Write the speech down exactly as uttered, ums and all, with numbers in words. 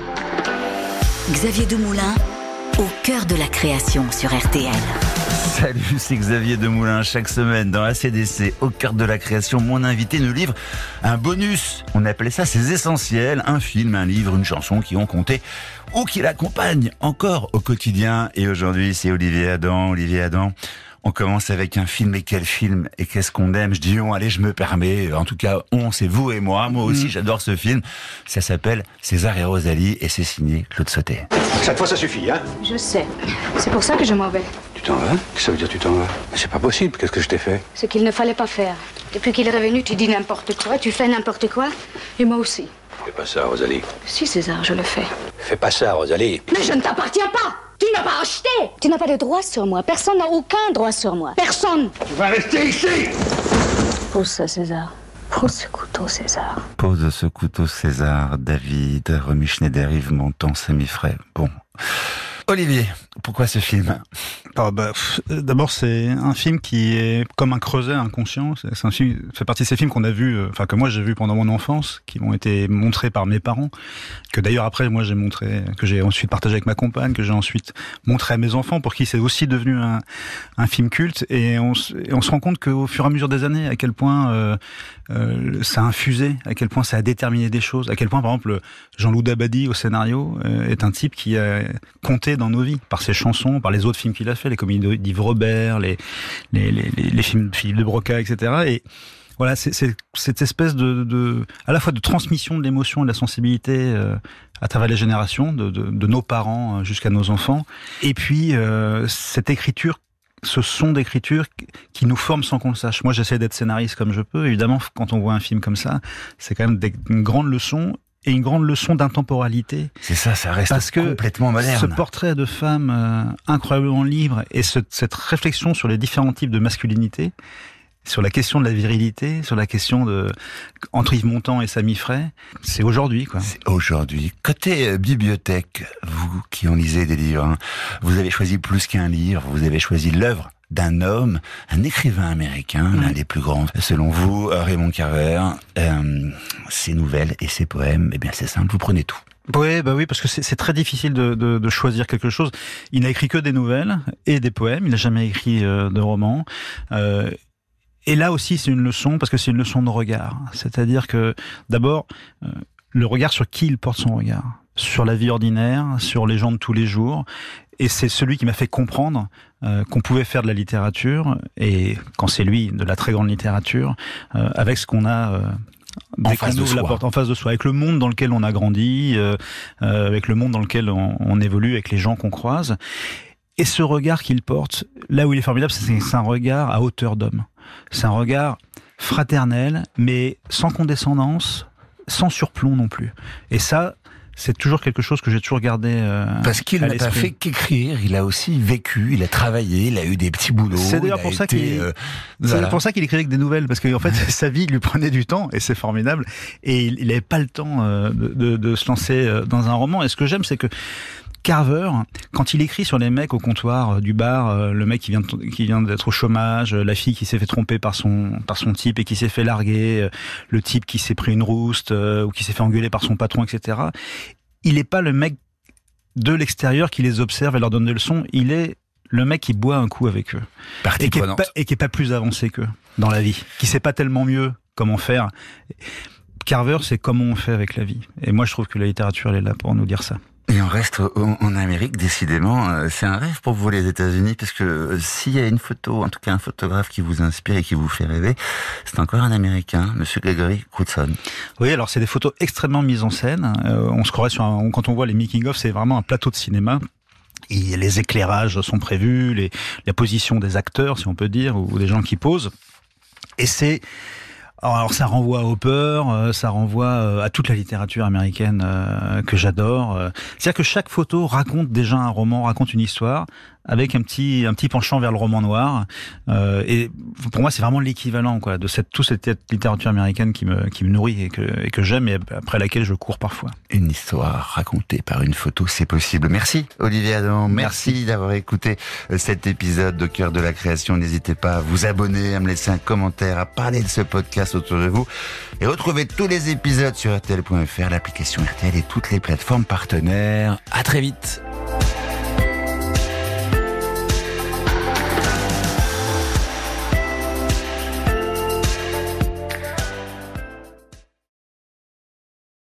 Xavier Demoulin, au cœur de la création sur R T L. Salut, c'est Xavier Demoulin. Chaque semaine dans A C D C, au cœur de la création, mon invité nous livre un bonus. On appelait ça ses essentiels, un film, un livre, une chanson qui ont compté ou qui l'accompagnent encore au quotidien. Et aujourd'hui, c'est Olivier Adam. Olivier Adam, on commence avec un film. Et quel film? Et qu'est-ce qu'on aime? Je dis on, allez, je me permets. En tout cas, on, c'est vous et moi. Moi aussi, mmh. j'adore ce film. Ça s'appelle César et Rosalie et c'est signé Claude Sautet. Cette fois, ça suffit, hein? Je sais. C'est pour ça que je m'en vais. Tu t'en vas? Qu'est-ce que ça veut dire tu t'en vas? C'est pas possible. Qu'est-ce que je t'ai fait? Ce qu'il ne fallait pas faire. Depuis qu'il est revenu, tu dis n'importe quoi, tu fais n'importe quoi, et moi aussi. Fais pas ça, Rosalie. Si, César, je le fais. Fais pas ça, Rosalie. Mais je ne t'appartiens pas! Tu n'as pas acheté! Tu n'as pas de droit sur moi. Personne n'a aucun droit sur moi. Personne! Tu vas rester ici! Pose ça, César. Pose ce couteau, César. Pose ce couteau, César. David, Romy Schneider, Yves Montand, Samy Frey. Bon. Olivier, pourquoi ce film? Ah bah, pff, d'abord, c'est un film qui est comme un creuset inconscient. C'est, c'est un film, ça fait partie de ces films qu'on a vus, enfin euh, que moi j'ai vus pendant mon enfance, qui m'ont été montrés par mes parents, que d'ailleurs après moi j'ai montré, que j'ai ensuite partagé avec ma compagne, que j'ai ensuite montré à mes enfants, pour qui c'est aussi devenu un, un film culte. Et on, et on se rend compte qu'au fur et à mesure des années, à quel point euh, euh, ça a infusé, à quel point ça a déterminé des choses, à quel point par exemple Jean-Loup Dabadi au scénario euh, est un type qui a compté dans nos vies, par ses chansons, par les autres films qu'il a fait, les comédies d'Yves Robert, les, les, les, les films de Philippe de Broca, et cetera. Et voilà, c'est, c'est cette espèce de, de, à la fois de transmission de l'émotion et de la sensibilité euh, à travers les générations, de, de, de nos parents jusqu'à nos enfants. Et puis, euh, cette écriture, ce son d'écriture qui nous forme sans qu'on le sache. Moi, j'essaie d'être scénariste comme je peux. Évidemment, quand on voit un film comme ça, c'est quand même des, une grande leçon. Et une grande leçon d'intemporalité. C'est ça, ça reste parce que complètement moderne. Ce portrait de femme euh, incroyablement libre et ce, cette réflexion sur les différents types de masculinité, sur la question de la virilité, sur la question de entre Yves Montand et Samy Frey, c'est aujourd'hui, quoi. C'est aujourd'hui. Côté euh, bibliothèque, vous qui en lisez des livres, hein, vous avez choisi plus qu'un livre, vous avez choisi l'œuvre d'un homme, un écrivain américain, mmh. l'un des plus grands, selon vous, Raymond Carver. Euh, ses nouvelles et ses poèmes, eh bien c'est simple, vous prenez tout. Oui, bah oui, parce que c'est, c'est très difficile de, de, de choisir quelque chose. Il n'a écrit que des nouvelles et des poèmes, il n'a jamais écrit euh, de romans. Euh, et là aussi, c'est une leçon, parce que c'est une leçon de regard. C'est-à-dire que, d'abord, euh, le regard sur qui il porte son regard. Sur la vie ordinaire, sur les gens de tous les jours. Et c'est celui qui m'a fait comprendre euh, qu'on pouvait faire de la littérature, et quand c'est lui, de la très grande littérature, euh, avec ce qu'on a... Euh, en face de soi. La porte en face de soi, avec le monde dans lequel on a grandi, euh, euh, avec le monde dans lequel on, on évolue, avec les gens qu'on croise. Et ce regard qu'il porte, là où il est formidable, c'est, c'est un regard à hauteur d'homme. C'est un regard fraternel, mais sans condescendance, sans surplomb non plus. Et ça... c'est toujours quelque chose que j'ai toujours gardé euh, parce qu'il n'a pas fait qu'écrire, il a aussi vécu, il a travaillé, il a eu des petits boulots. C'est d'ailleurs pour ça été, qu'il, euh, c'est voilà. pour ça qu'il écrivait que des nouvelles, parce qu'en fait sa vie lui prenait du temps et c'est formidable. Et il n'avait pas le temps euh, de, de, de se lancer dans un roman. Et ce que j'aime, c'est que Carver, quand il écrit sur les mecs au comptoir du bar, le mec qui vient, de, qui vient d'être au chômage, la fille qui s'est fait tromper par son, par son type et qui s'est fait larguer, le type qui s'est pris une rouste ou qui s'est fait engueuler par son patron, et cetera. Il n'est pas le mec de l'extérieur qui les observe et leur donne des leçons. Il est le mec qui boit un coup avec eux. Partie et qui prenante. est pas, et qui est pas plus avancé qu'eux dans la vie. Qui sait pas tellement mieux comment faire. Carver, c'est comment on fait avec la vie. Et moi, je trouve que la littérature, elle est là pour nous dire ça. Et on reste en Amérique, décidément. C'est un rêve pour vous, les États-Unis, parce que s'il y a une photo, en tout cas un photographe qui vous inspire et qui vous fait rêver, c'est encore un Américain, Monsieur Gregory Crewdson. Oui, alors c'est des photos extrêmement mises en scène. Euh, on se croirait sur un, quand on voit les making-of, c'est vraiment un plateau de cinéma. Et les éclairages sont prévus, les, la position des acteurs, si on peut dire, ou des gens qui posent. Et c'est... Alors ça renvoie à Hopper, ça renvoie à toute la littérature américaine que j'adore. C'est-à-dire que chaque photo raconte déjà un roman, raconte une histoire, avec un petit un petit penchant vers le roman noir. Euh, et pour moi, c'est vraiment l'équivalent quoi de cette toute cette littérature américaine qui me qui me nourrit et que et que j'aime et après laquelle je cours parfois. Une histoire racontée par une photo, c'est possible. Merci Olivier Adam, merci, merci d'avoir écouté cet épisode de Cœur de la Création. N'hésitez pas à vous abonner, à me laisser un commentaire, à parler de ce podcast autour de vous et retrouvez tous les épisodes sur R T L point F R, l'application R T L et toutes les plateformes partenaires. À très vite.